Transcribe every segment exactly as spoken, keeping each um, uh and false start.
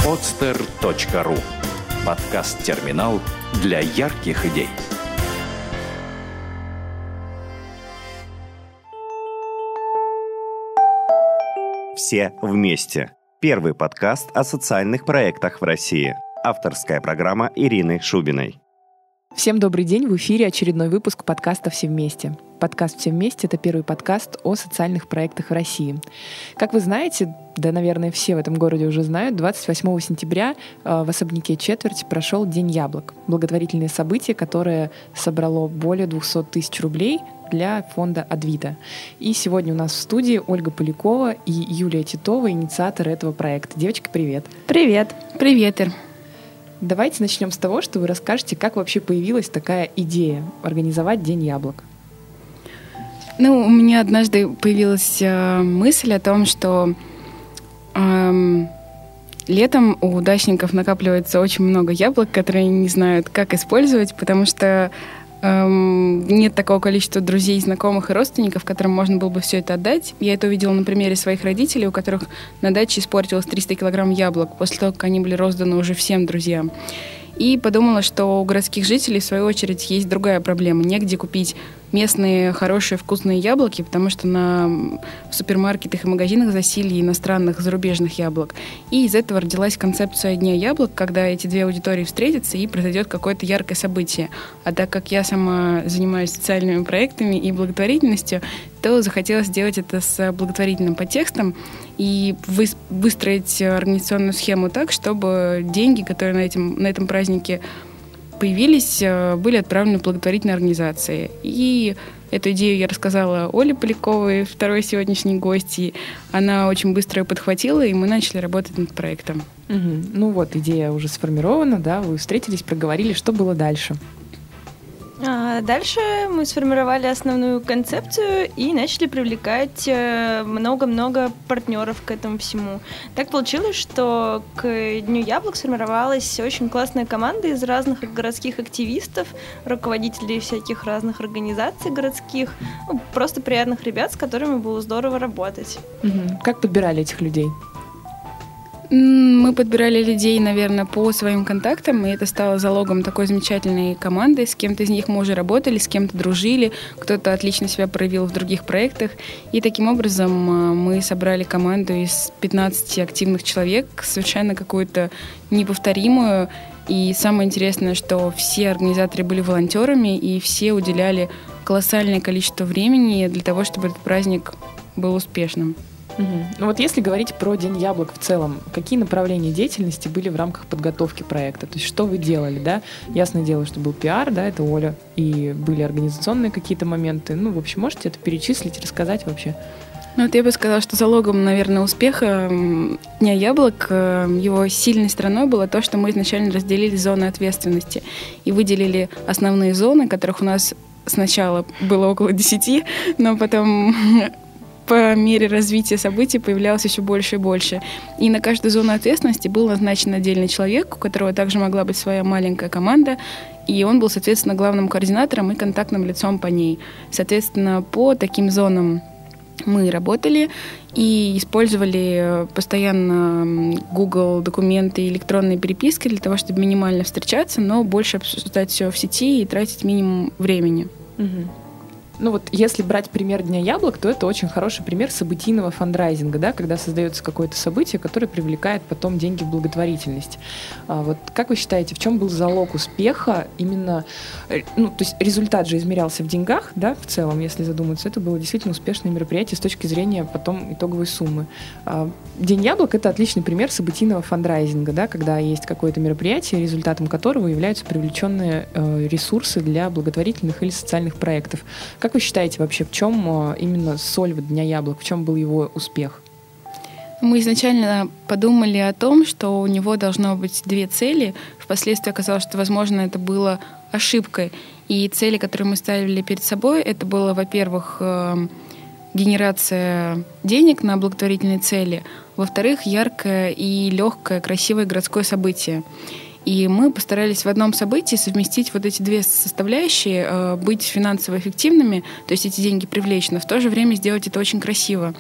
подстер точка ру. Подкаст-терминал для ярких идей. Все вместе. Первый подкаст о социальных проектах в России. Авторская программа Ирины Шубиной. Всем добрый день, в эфире очередной выпуск подкаста «Все вместе». Подкаст «Все вместе» — это первый подкаст о социальных проектах в России. Как вы знаете, да, наверное, все в этом городе уже знают, двадцать восьмого сентября э, в особняке «Четверть» прошел День яблок. Благотворительное событие, которое собрало более двести тысяч рублей для фонда «Адвита». И сегодня у нас в студии Ольга Полякова и Юлия Титова, инициаторы этого проекта. Девочки, привет! Привет! Привет, Ир! Давайте начнем с того, что вы расскажете, как вообще появилась такая идея организовать День яблок. Ну, у меня однажды появилась э, мысль о том, что э, летом у дачников накапливается очень много яблок, которые не знают, как использовать, потому что э, нет такого количества друзей, знакомых и родственников, которым можно было бы все это отдать. Я это увидела на примере своих родителей, у которых на даче испортилось триста килограмм яблок после того, как они были розданы уже всем друзьям. И подумала, что у городских жителей, в свою очередь, есть другая проблема. Негде купить местные хорошие вкусные яблоки, потому что на, в супермаркетах и магазинах засилье иностранных, зарубежных яблок. И из этого родилась концепция Дня яблок, когда эти две аудитории встретятся и произойдет какое-то яркое событие. А так как я сама занимаюсь социальными проектами и благотворительностью, то захотелось сделать это с благотворительным подтекстом и вы, выстроить организационную схему так, чтобы деньги, которые на, этим, на этом празднике появились, были отправлены в благотворительные организации. И эту идею я рассказала Оле Поляковой, второй сегодняшней гостьи. Она очень быстро ее подхватила, и мы начали работать над проектом. Угу. Ну вот, идея уже сформирована, да, вы встретились, проговорили, что было дальше? А дальше мы сформировали основную концепцию и начали привлекать много-много партнеров к этому всему. Так получилось, что к Дню яблок сформировалась очень классная команда из разных городских активистов, руководителей всяких разных организаций городских, ну, просто приятных ребят, с которыми было здорово работать. Угу. Как подбирали этих людей? Мы подбирали людей, наверное, по своим контактам, и это стало залогом такой замечательной команды. С кем-то из них мы уже работали, с кем-то дружили, кто-то отлично себя проявил в других проектах. И таким образом мы собрали команду из пятнадцати активных человек, совершенно какую-то неповторимую. И самое интересное, что все организаторы были волонтерами, и все уделяли колоссальное количество времени для того, чтобы этот праздник был успешным. Угу. Ну вот если говорить про День яблок в целом, какие направления деятельности были в рамках подготовки проекта? То есть что вы делали, да? Ясное дело, что был пиар, да, это Оля, и были организационные какие-то моменты. Ну, в общем, можете это перечислить, рассказать вообще? Ну вот я бы сказала, что залогом, наверное, успеха Дня яблок, его сильной стороной было то, что мы изначально разделили зоны ответственности и выделили основные зоны, которых у нас сначала было около десяти, но потом по мере развития событий появлялось еще больше и больше. И на каждую зону ответственности был назначен отдельный человек, у которого также могла быть своя маленькая команда, и он был, соответственно, главным координатором и контактным лицом по ней. Соответственно, по таким зонам мы работали и использовали постоянно Google документы и электронные переписки для того, чтобы минимально встречаться, но больше обсуждать все в сети и тратить минимум времени. Угу. Ну вот если брать пример Дня яблок, то это очень хороший пример событийного фандрайзинга, да, когда создается какое-то событие, которое привлекает потом деньги в благотворительность. А вот как вы считаете, в чем был залог успеха именно, ну, то есть результат же измерялся в деньгах, да, в целом, если задуматься, это было действительно успешное мероприятие с точки зрения потом итоговой суммы. А День яблок — это отличный пример событийного фандрайзинга, да, когда есть какое-то мероприятие, результатом которого являются привлеченные э, ресурсы для благотворительных или социальных проектов. Как вы считаете вообще, в чем именно соль Дня яблок, в чем был его успех? Мы изначально подумали о том, что у него должно быть две цели. Впоследствии оказалось, что, возможно, это было ошибкой. И цели, которые мы ставили перед собой, это было, во-первых, генерация денег на благотворительные цели, во-вторых, яркое и легкое, красивое городское событие. И мы постарались в одном событии совместить вот эти две составляющие, быть финансово эффективными, то есть эти деньги привлечь, но в то же время сделать это очень красиво.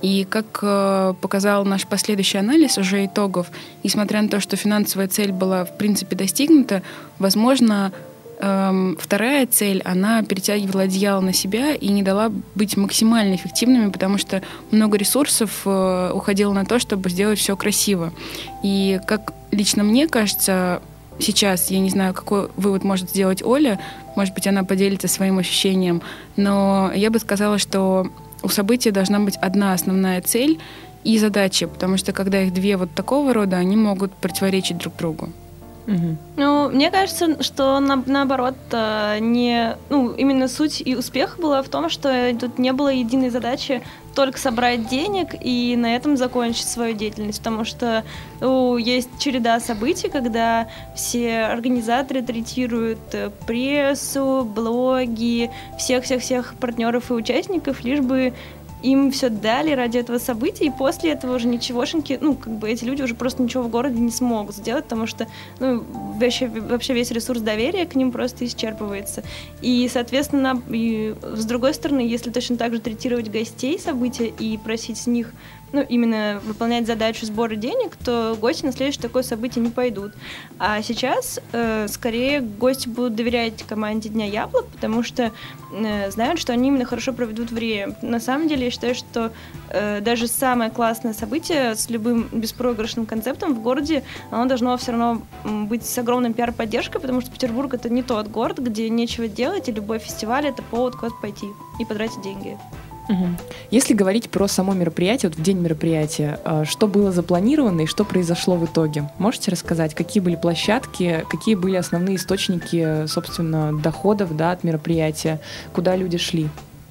И как э, показал наш последующий анализ уже итогов, несмотря на то, что финансовая цель была в принципе достигнута, возможно, э, вторая цель, она перетягивала одеяло на себя и не дала быть максимально эффективными, потому что много ресурсов э, уходило на то, чтобы сделать все красиво. И как лично мне кажется, сейчас, я не знаю, какой вывод может сделать Оля, может быть, она поделится своим ощущением, но я бы сказала, что у события должна быть одна основная цель и задача, потому что когда их две вот такого рода, они могут противоречить друг другу. Угу. Ну, мне кажется, что на, наоборот, не, ну, именно суть и успех была в том, что тут не было единой задачи только собрать денег и на этом закончить свою деятельность, потому что ну, есть череда событий, когда все организаторы третируют прессу, блоги, всех-всех-всех партнеров и участников, лишь бы им все дали ради этого события, и после этого уже ничегошеньки, ну, как бы эти люди уже просто ничего в городе не смогут сделать, потому что, ну, вообще, вообще весь ресурс доверия к ним просто исчерпывается. И, соответственно, и, с другой стороны, если точно так же третировать гостей события и просить с них, ну, именно выполнять задачу сбора денег, то гости на следующее такое событие не пойдут. А сейчас, э, скорее, гости будут доверять команде Дня яблок, потому что э, знают, что они именно хорошо проведут время. На самом деле, я считаю, что э, даже самое классное событие с любым беспроигрышным концептом в городе, оно должно все равно быть с огромной пиар-поддержкой, потому что Петербург — это не тот город, где нечего делать, и любой фестиваль — это повод куда-то пойти и потратить деньги. Угу. Если говорить про само мероприятие, вот в день мероприятия, что было запланировано и что произошло в итоге? Можете рассказать, какие были площадки, какие были основные источники, собственно, доходов, да, от мероприятия, куда люди шли?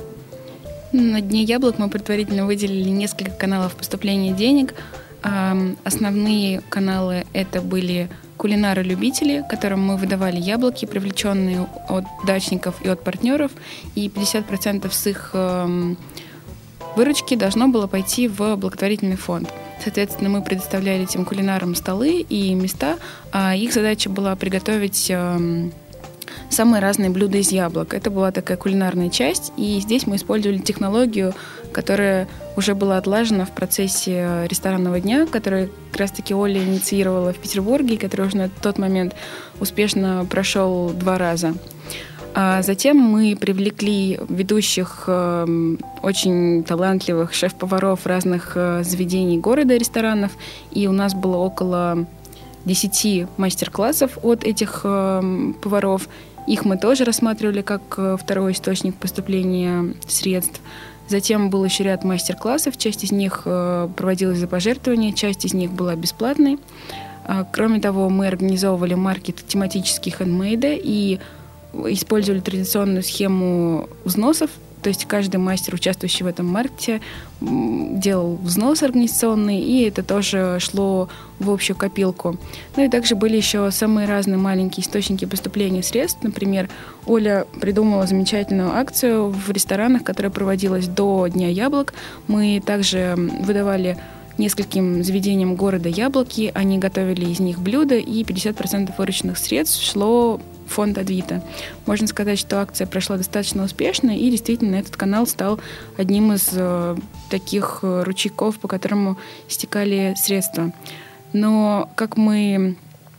На Дне яблок мы предварительно выделили несколько каналов поступления денег. Основные каналы — это были кулинары-любители, которым мы выдавали яблоки, привлеченные от дачников и от партнеров, и пятьдесят процентов с их э, выручки должно было пойти в благотворительный фонд. Соответственно, мы предоставляли этим кулинарам столы и места, а их задача была приготовить э, самые разные блюда из яблок. Это была такая кулинарная часть, и здесь мы использовали технологию, которая уже была отлажена в процессе ресторанного дня, который как раз-таки Оля инициировала в Петербурге, который уже на тот момент успешно прошел два раза. А затем мы привлекли ведущих, э, очень талантливых шеф-поваров разных э, заведений города, ресторанов, и у нас было около десяти мастер-классов от этих э, поваров. Их мы тоже рассматривали как э, второй источник поступления средств. Затем был еще ряд мастер-классов, часть из них э, проводилась за пожертвования, часть из них была бесплатной. А, кроме того, мы организовывали маркет тематических хендмейда и использовали традиционную схему взносов, то есть каждый мастер, участвующий в этом маркете, делал взнос организационный, и это тоже шло в общую копилку. Ну и также были еще самые разные маленькие источники поступления средств. Например, Оля придумала замечательную акцию в ресторанах, которая проводилась до Дня яблок. Мы также выдавали нескольким заведениям города яблоки, они готовили из них блюда, и пятьдесят процентов вырученных средств шло в фонд Адвита. Можно сказать, что акция прошла достаточно успешно, и действительно этот канал стал одним из э, таких ручейков, по которому стекали средства. Но, как мы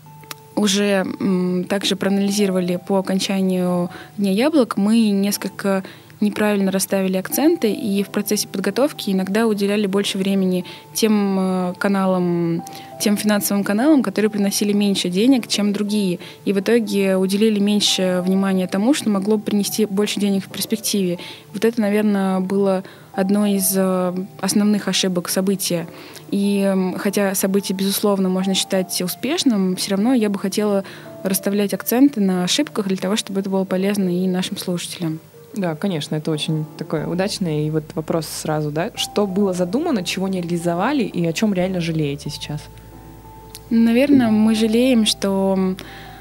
уже м, также проанализировали по окончанию Дня яблок, мы несколько неправильно расставили акценты, и в процессе подготовки иногда уделяли больше времени тем каналам, тем финансовым каналам, которые приносили меньше денег, чем другие. И в итоге уделили меньше внимания тому, что могло принести больше денег в перспективе. Вот это, наверное, было одной из основных ошибок события. И хотя событие, безусловно, можно считать успешным, все равно я бы хотела расставлять акценты на ошибках для того, чтобы это было полезно и нашим слушателям. Да, конечно, это очень такое удачное. И вот вопрос сразу, да, что было задумано, чего не реализовали и о чем реально жалеете сейчас? Наверное, мы жалеем, что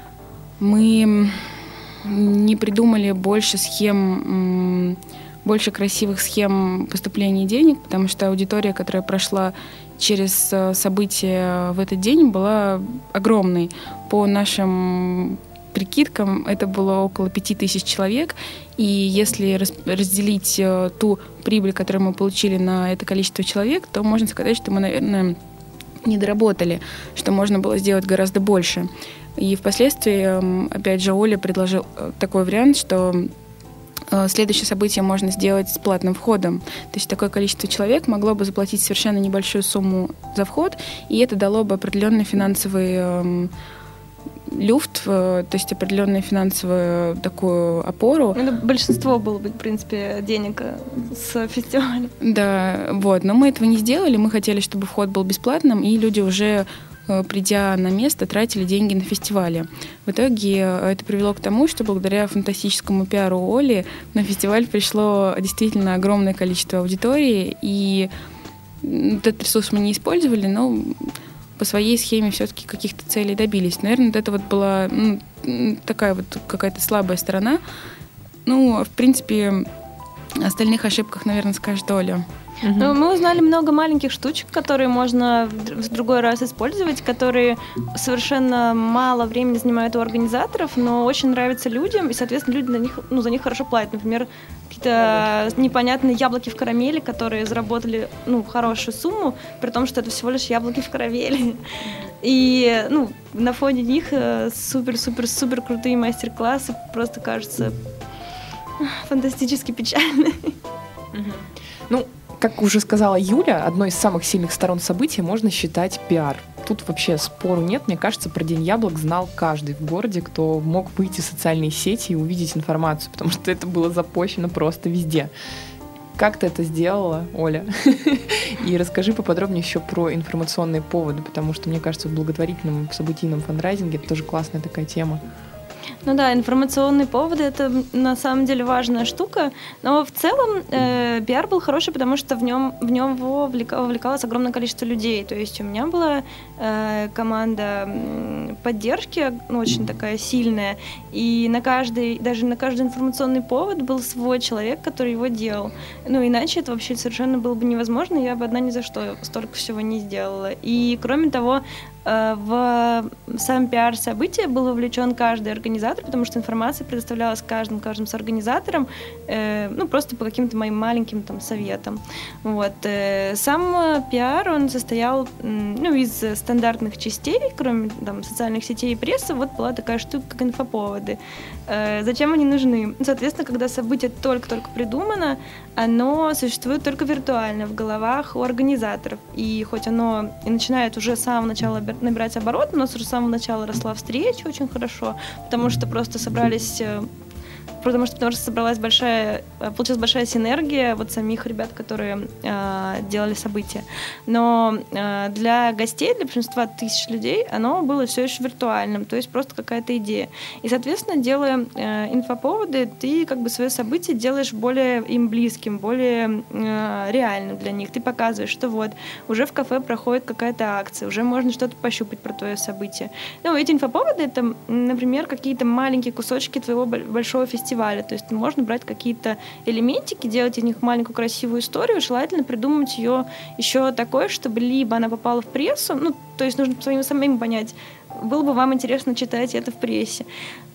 мы не придумали больше схем, больше красивых схем поступления денег, потому что аудитория, которая прошла через события в этот день, была огромной. По нашим прикидкам, это было около пяти тысяч человек. И если раз, разделить э, ту прибыль, которую мы получили на это количество человек, то можно сказать, что мы, наверное, не доработали, что можно было сделать гораздо больше. И впоследствии, опять же, Оля предложил такой вариант, что следующее событие можно сделать с платным входом. То есть такое количество человек могло бы заплатить совершенно небольшую сумму за вход, и это дало бы определенный финансовый люфт, то есть определенную финансовую такую опору. Это большинство было бы, в принципе, денег с фестиваля. Да, вот. Но мы этого не сделали. Мы хотели, чтобы вход был бесплатным, и люди уже, придя на место, тратили деньги на фестивале. В итоге это привело к тому, что благодаря фантастическому пиару Оли на фестиваль пришло действительно огромное количество аудитории, и этот ресурс мы не использовали, но по своей схеме все-таки каких-то целей добились. Наверное, вот это вот была ну, такая вот какая-то слабая сторона. Ну, в принципе, о остальных ошибках, наверное, скажет Оля. Угу. Ну, мы узнали много маленьких штучек, которые можно в другой раз использовать, которые совершенно мало времени занимают у организаторов, но очень нравятся людям, и, соответственно, люди на них, ну, за них хорошо платят. Например, какие-то непонятные яблоки в карамели, которые заработали ну, хорошую сумму, при том, что это всего лишь яблоки в карамели. И ну, на фоне них супер-супер-супер крутые мастер-классы, просто кажется фантастически печальные. Ну, как уже сказала Юля, одной из самых сильных сторон события можно считать пиар. Тут вообще спору нет. Мне кажется, про День яблок знал каждый в городе, кто мог выйти в социальные сети и увидеть информацию, потому что это было запущено просто везде. Как ты это сделала, Оля? И расскажи поподробнее еще про информационные поводы, потому что, мне кажется, в благотворительном, в событийном фандрайзинге это тоже классная такая тема. Ну да, информационные поводы — это на самом деле важная штука, но в целом э, пиар был хороший, потому что в нем в нем вовлекалось огромное количество людей. То есть у меня была э, команда поддержки, ну, очень такая сильная, и на каждый, даже на каждый информационный повод был свой человек, который его делал. Ну, иначе это вообще совершенно было бы невозможно, я бы одна ни за что столько всего не сделала. И кроме того, в сам пиар события был вовлечен каждый организатор, потому что информация предоставлялась каждым, каждым с организатором, э, ну, просто по каким-то моим маленьким там советам. Вот. Э, сам пиар, он состоял ну, из стандартных частей, кроме там, социальных сетей и прессы, вот была такая штука, как инфоповоды. Э, зачем они нужны? Соответственно, когда событие только-только придумано, оно существует только виртуально в головах у организаторов. И хоть оно и начинает уже с самого начала набирать оборот, у нас уже с самого начала росла встреча очень хорошо, потому что просто собрались, потому что, потому что собралась большая, получилась большая синергия вот самих ребят, которые э, делали события. Но э, для гостей, для большинства тысяч людей, оно было все еще виртуальным, то есть просто какая-то идея. И, соответственно, делая э, инфоповоды, ты как бы свое событие делаешь более им близким, более э, реальным для них. Ты показываешь, что вот уже в кафе проходит какая-то акция, уже можно что-то пощупать про твое событие. Ну, эти инфоповоды — это, например, какие-то маленькие кусочки твоего большого фестиваля. То есть можно брать какие-то элементики, делать из них маленькую красивую историю, желательно придумать ее еще такой, чтобы либо она попала в прессу, ну, то есть нужно своим самим понять, было бы вам интересно читать это в прессе.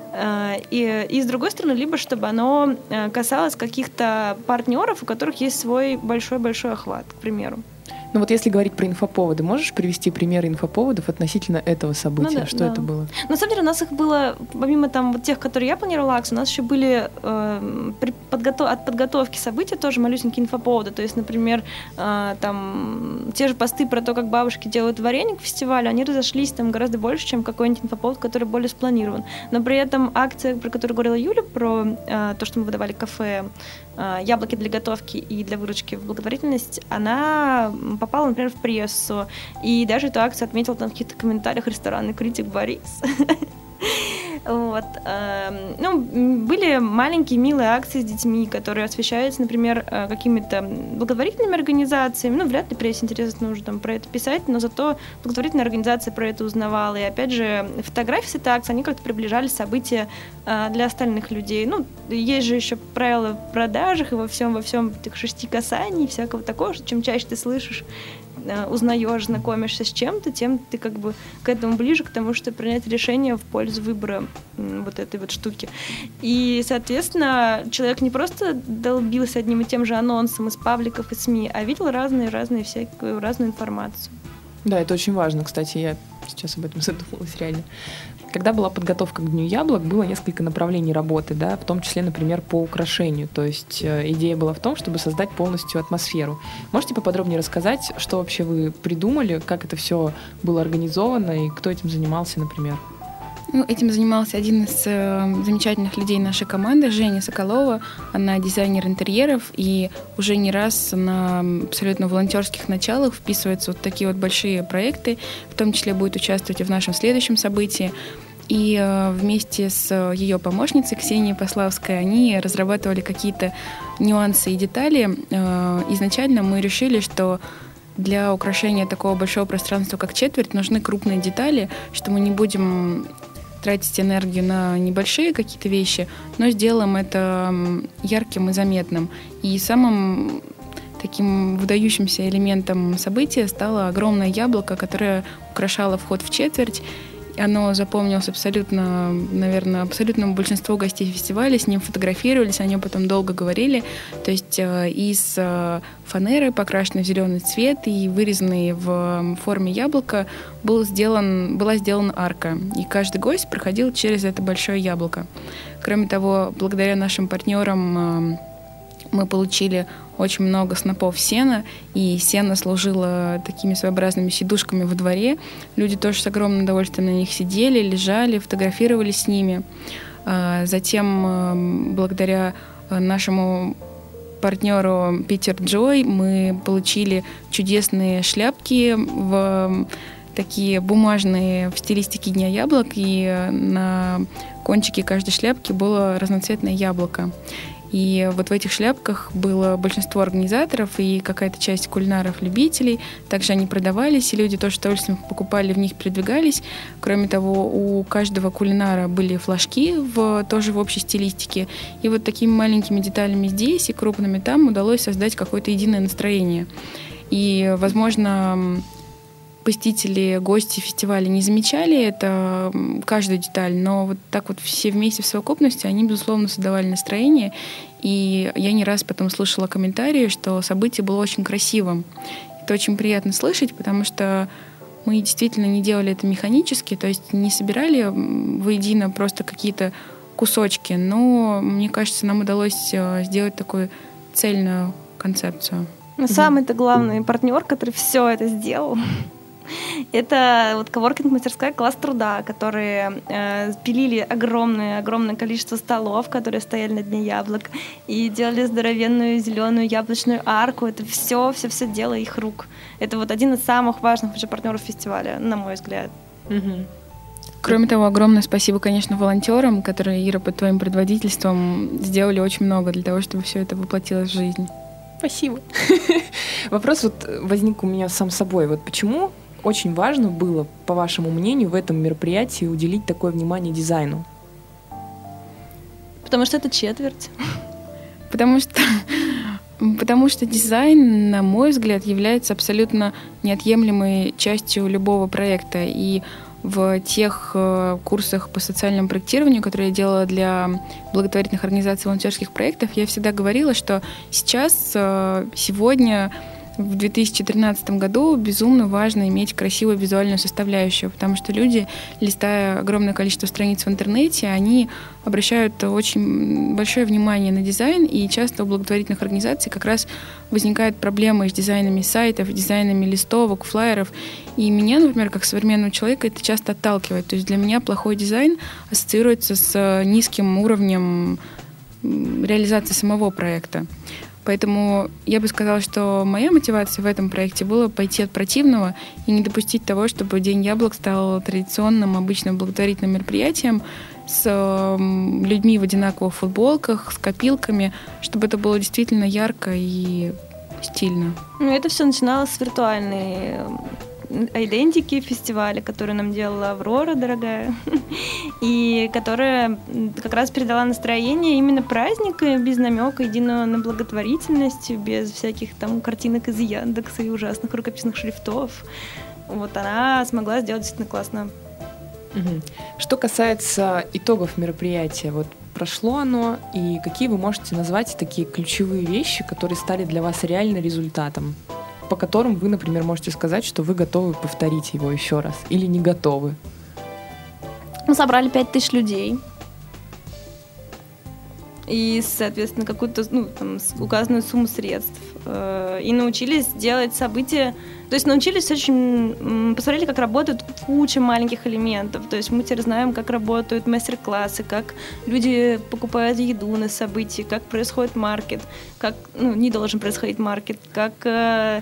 И, и с другой стороны, либо чтобы оно касалось каких-то партнеров, у которых есть свой большой-большой охват, к примеру. Ну вот если говорить про инфоповоды, можешь привести примеры инфоповодов относительно этого события? Ну, да, что да. это было? На самом деле у нас их было, помимо там вот тех, которые я планировала акции, у нас еще были э, при подготов... от подготовки события тоже малюсенькие инфоповоды. То есть, например, э, там те же посты про то, как бабушки делают варенье к фестивалю, они разошлись там гораздо больше, чем какой-нибудь инфоповод, который более спланирован. Но при этом акция, про которую говорила Юля, про э, то, что мы выдавали кафе э, яблоки для готовки и для выручки в благотворительность, она попала, например, в прессу. И даже эту акцию отметил там в каких-то комментариях ресторанный критик Борис. Вот. Ну, были маленькие милые акции с детьми, которые освещаются, например, какими-то благотворительными организациями. Ну, вряд ли прессе интересно уже там про это писать, но зато благотворительная организация про это узнавала. И опять же, фотографии с этой акции, они как-то приближали события для остальных людей. Ну, есть же еще правила в продажах и во всем, во всем этих шести касаний, всякого такого, что чем чаще ты слышишь, узнаешь, знакомишься с чем-то, тем ты как бы к этому ближе, к тому, чтобы принять решение в пользу выбора вот этой вот штуки. И, соответственно, человек не просто долбился одним и тем же анонсом из пабликов и СМИ, а видел разные-разные всякую, разную информацию. Да, это очень важно, кстати, я сейчас об этом задумалась реально. Когда была подготовка к Дню яблок, было несколько направлений работы, да, в том числе, например, по украшению. То есть э, идея была в том, чтобы создать полностью атмосферу. Можете поподробнее рассказать, что вообще вы придумали, как это все было организовано и кто этим занимался, например? Ну, этим занимался один из э, замечательных людей нашей команды, Женя Соколова. Она дизайнер интерьеров и уже не раз на абсолютно волонтерских началах вписывается вот такие вот большие проекты, в том числе будет участвовать и в нашем следующем событии. И э, вместе с ее помощницей Ксенией Пославской они разрабатывали какие-то нюансы и детали. Э, изначально мы решили, что для украшения такого большого пространства, как четверть, нужны крупные детали, что мы не будем тратить энергию на небольшие какие-то вещи, но сделаем это ярким и заметным. И самым таким выдающимся элементом события стало огромное яблоко, которое украшало вход в четверть. Оно запомнилось абсолютно, наверное, абсолютному большинству гостей фестиваля. С ним фотографировались, о нем потом долго говорили. То есть э, из э, фанеры, покрашенной в зеленый цвет и вырезанной в форме яблока, был сделан, была сделана арка. И каждый гость проходил через это большое яблоко. Кроме того, благодаря нашим партнерам э, мы получили очень много снопов сена, и сено служило такими своеобразными сидушками во дворе. Люди тоже с огромным удовольствием на них сидели, лежали, фотографировались с ними. Затем, благодаря нашему партнеру Питер Джой, мы получили чудесные шляпки в такие бумажные в стилистике Дня яблок, и на кончике каждой шляпки было разноцветное яблоко. И вот в этих шляпках было большинство организаторов и какая-то часть кулинаров-любителей. Также они продавались, и люди тоже с удовольствием покупали, в них передвигались. Кроме того, у каждого кулинара были флажки в, тоже в общей стилистике. И вот такими маленькими деталями здесь и крупными там удалось создать какое-то единое настроение. И, возможно, посетители, гости фестиваля не замечали это, каждую деталь, но вот так вот все вместе в совокупности, они, безусловно, создавали настроение. И я не раз потом слышала комментарии, что событие было очень красивым. Это очень приятно слышать, потому что мы действительно не делали это механически, то есть не собирали воедино просто какие-то кусочки, но, мне кажется, нам удалось сделать такую цельную концепцию. Но самый-то главный партнер, который все это сделал, это вот коворкинг-мастерская «Класс труда», которые э, пилили огромное-огромное количество столов, которые стояли на Дне яблок, и делали здоровенную зеленую яблочную арку. Это все-все-все дело их рук. Это вот один из самых важных уже партнеров фестиваля, на мой взгляд. Угу. Кроме того, огромное спасибо, конечно, волонтерам, которые, Ира, под твоим предводительством сделали очень много для того, чтобы все это воплотилось в жизнь. Спасибо. Вопрос вот возник у меня сам собой. Вот почему очень важно было, по вашему мнению, в этом мероприятии уделить такое внимание дизайну? Потому что это четверть. Потому что, потому что дизайн, на мой взгляд, является абсолютно неотъемлемой частью любого проекта. И в тех э, курсах по социальному проектированию, которые я делала для благотворительных организаций волонтерских проектов, я всегда говорила, что сейчас, э, сегодня, в две тысячи тринадцатом году безумно важно иметь красивую визуальную составляющую, потому что люди, листая огромное количество страниц в интернете, они обращают очень большое внимание на дизайн, и часто у благотворительных организаций как раз возникают проблемы с дизайнами сайтов, дизайнами листовок, флаеров. И меня, например, как современного человека, это часто отталкивает. То есть для меня плохой дизайн ассоциируется с низким уровнем реализации самого проекта. Поэтому я бы сказала, что моя мотивация в этом проекте была пойти от противного и не допустить того, чтобы День яблок стал традиционным, обычным благотворительным мероприятием с людьми в одинаковых футболках, с копилками, чтобы это было действительно ярко и стильно. Ну, это все начиналось с виртуальной Identity фестиваля, который нам делала Аврора, дорогая, и которая как раз передала настроение именно праздника, без намека единого на благотворительность, без всяких там картинок из Яндекса и ужасных рукописных шрифтов. Вот она смогла сделать действительно классно. Угу. Что касается итогов мероприятия, вот прошло оно, и какие вы можете назвать такие ключевые вещи, которые стали для вас реально результатом, по которым вы, например, можете сказать, что вы готовы повторить его еще раз или не готовы? Мы собрали пять тысяч людей. И, соответственно, какую-то ну, там, указанную сумму средств. И научились делать события. То есть научились очень... Посмотрели, как работают куча маленьких элементов. То есть мы теперь знаем, как работают мастер-классы, как люди покупают еду на событии, как происходит маркет, как ну, не должен происходить маркет, как... Э,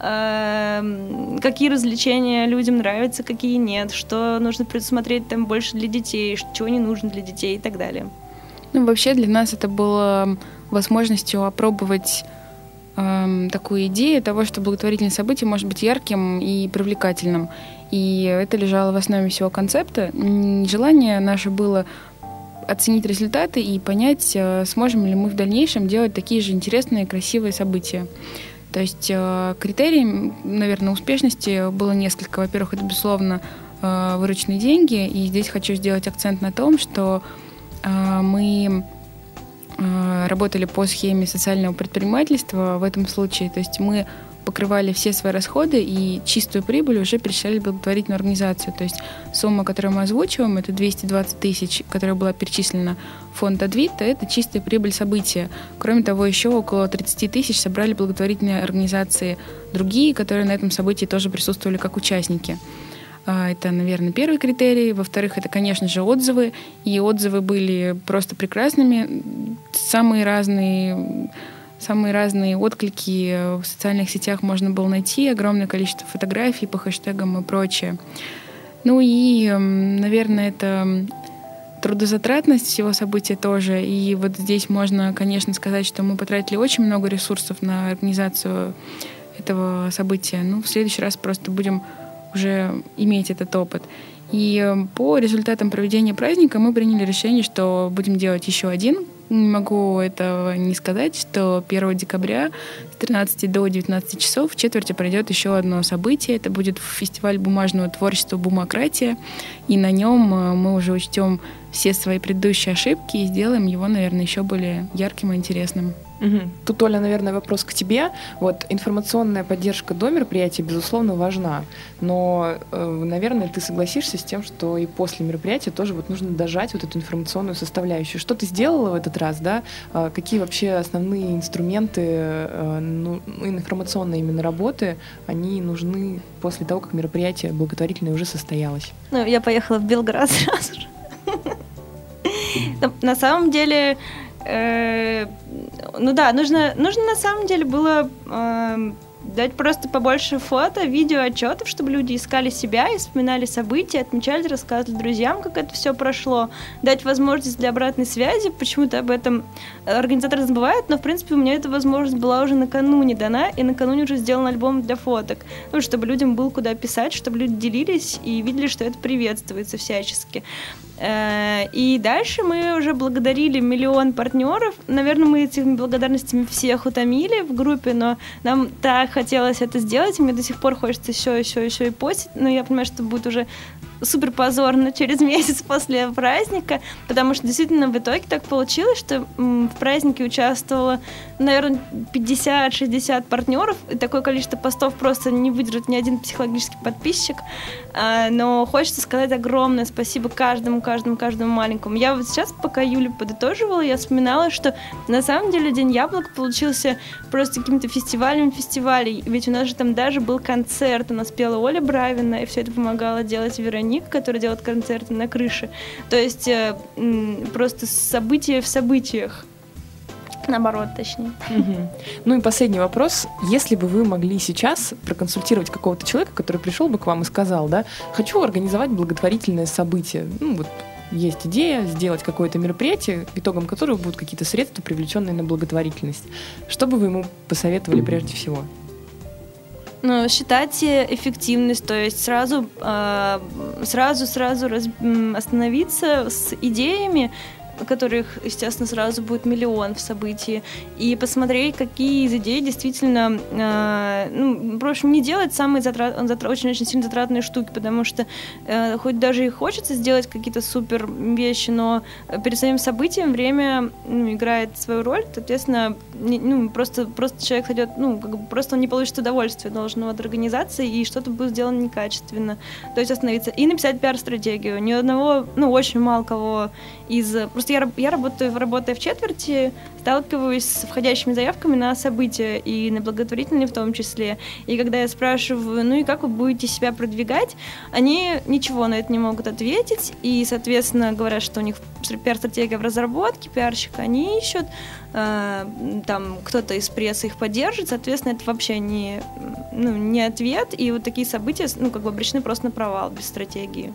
э, какие развлечения людям нравятся, какие нет, что нужно предусмотреть там больше для детей, чего не нужно для детей и так далее. Ну, вообще для нас это было возможностью опробовать э, такую идею того, что благотворительное событие может быть ярким и привлекательным. И это лежало в основе всего концепта. Желание наше было оценить результаты и понять, э, сможем ли мы в дальнейшем делать такие же интересные, красивые события. То есть э, критерием, наверное, успешности было несколько. Во-первых, это, безусловно, э, вырученные деньги. И здесь хочу сделать акцент на том, что мы работали по схеме социального предпринимательства в этом случае. То есть мы покрывали все свои расходы и чистую прибыль уже перечисляли в благотворительную организацию. То есть сумма, которую мы озвучиваем, это двести двадцать тысяч, которая была перечислена в фонд Адвита, это чистая прибыль события. Кроме того, еще около тридцать тысяч собрали благотворительные организации другие, которые на этом событии тоже присутствовали как участники. Это, наверное, первый критерий. Во-вторых, это, конечно же, отзывы. И отзывы были просто прекрасными. Самые разные, самые разные отклики в социальных сетях можно было найти. Огромное количество фотографий по хэштегам и прочее. Ну и, наверное, это трудозатратность всего события тоже. И вот здесь можно, конечно, сказать, что мы потратили очень много ресурсов на организацию этого события. Ну, в следующий раз просто будем уже иметь этот опыт. И по результатам проведения праздника мы приняли решение, что будем делать еще один. Не могу этого не сказать, что первого декабря с тринадцати до девятнадцати часов в четверти пройдет еще одно событие. Это будет фестиваль бумажного творчества «Бумакратия». И на нем мы уже учтем все свои предыдущие ошибки и сделаем его, наверное, еще более ярким и интересным. Угу. Тут, Оля, наверное, вопрос к тебе. Вот информационная поддержка до мероприятия, безусловно, важна. Но, э, наверное, ты согласишься с тем, что и после мероприятия тоже вот нужно дожать вот эту информационную составляющую. Что ты сделала в этот раз, да? Э, какие вообще основные инструменты э, ну, информационной именно работы, они нужны после того, как мероприятие благотворительное уже состоялось? Ну, я поехала в Белград сразу же. На самом деле... Ну да, нужно, нужно на самом деле было э, дать просто побольше фото, видео, отчетов, чтобы люди искали себя и вспоминали события, отмечали, рассказывали друзьям, как это все прошло, дать возможность для обратной связи. Почему-то об этом организаторы забывают, но в принципе у меня эта возможность была уже накануне дана, и накануне уже сделан альбом для фоток, ну, чтобы людям было куда писать, чтобы люди делились и видели, что это приветствуется всячески. И дальше мы уже благодарили миллион партнеров. Наверное, мы этими благодарностями всех утомили в группе, но нам так хотелось это сделать, и мне до сих пор хочется еще, еще, еще и постить, но я понимаю, что будет уже супер позорно через месяц после праздника, потому что действительно в итоге так получилось, что в празднике участвовало, наверное, пятьдесят-шестьдесят партнеров, и такое количество постов просто не выдержит ни один психологический подписчик, но хочется сказать огромное спасибо каждому, каждому, каждому маленькому. Я вот сейчас, пока Юля подытоживала, я вспоминала, что на самом деле День яблок получился просто каким-то фестивалем фестивалей, ведь у нас же там даже был концерт, у нас пела Оля Бравина, и все это помогала делать Вероника, который делает концерты на крыше. То есть э, м, просто события в событиях. Наоборот, точнее. Угу. Ну и последний вопрос. Если бы вы могли сейчас проконсультировать какого-то человека, который пришел бы к вам и сказал, да, хочу организовать благотворительное событие, ну вот есть идея сделать какое-то мероприятие, итогом которого будут какие-то средства, привлеченные на благотворительность. Что бы вы ему посоветовали прежде всего? ну, считать эффективность, то есть сразу, э, сразу, сразу раз, остановиться с идеями, которых, естественно, сразу будет миллион в событии, и посмотреть, какие из идей действительно, э, ну, в общем, не делать самые затрат, затрат, очень-очень сильно затратные штуки, потому что э, хоть даже и хочется сделать какие-то супер вещи, но перед самим событием время, ну, играет свою роль, соответственно, не, ну, просто, просто человек идет, ну, как бы просто он не получит удовольствия должного от организации, и что-то будет сделано некачественно. То есть остановиться и написать пиар-стратегию. Ни одного, ну, очень мало кого из... Просто я, я работаю, работая в четверти, сталкиваюсь с входящими заявками на события, и на благотворительные в том числе. И когда я спрашиваю, ну и как вы будете себя продвигать, они ничего на это не могут ответить, и, соответственно, говорят, что у них пиар-стратегия в разработке, пиарщика они ищут, э, там кто-то из прессы их поддержит, соответственно, это вообще не, ну, не ответ, и вот такие события, ну, как бы обречены просто на провал без стратегии.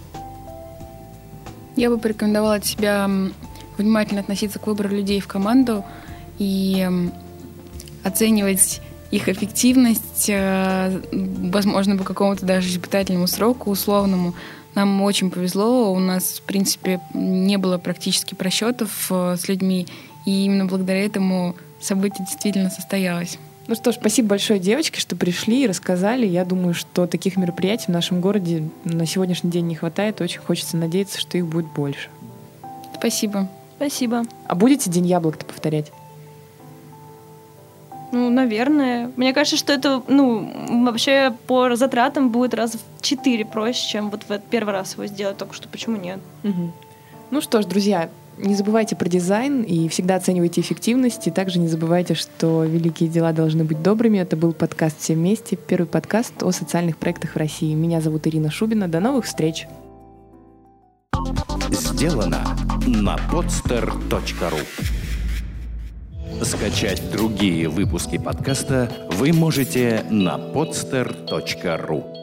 Я бы порекомендовала от себя внимательно относиться к выбору людей в команду и оценивать их эффективность, возможно, по какому-то даже испытательному сроку, условному. Нам очень повезло, у нас, в принципе, не было практически просчетов с людьми, и именно благодаря этому событие действительно состоялось. Ну что ж, спасибо большое, девочки, что пришли и рассказали. Я думаю, что таких мероприятий в нашем городе на сегодняшний день не хватает. Очень хочется надеяться, что их будет больше. Спасибо. Спасибо. А будете День яблок-то повторять? Ну, наверное. Мне кажется, что это, ну, вообще по затратам будет раз в четыре проще, чем вот в этот первый раз его сделать. Только что почему нет? Угу. Ну что ж, друзья, не забывайте про дизайн и всегда оценивайте эффективность. И также не забывайте, что великие дела должны быть добрыми. Это был подкаст «Все вместе», первый подкаст о социальных проектах в России. Меня зовут Ирина Шубина. До новых встреч! Сделано на podster точка ру. Скачать другие выпуски подкаста вы можете на podster точка ру.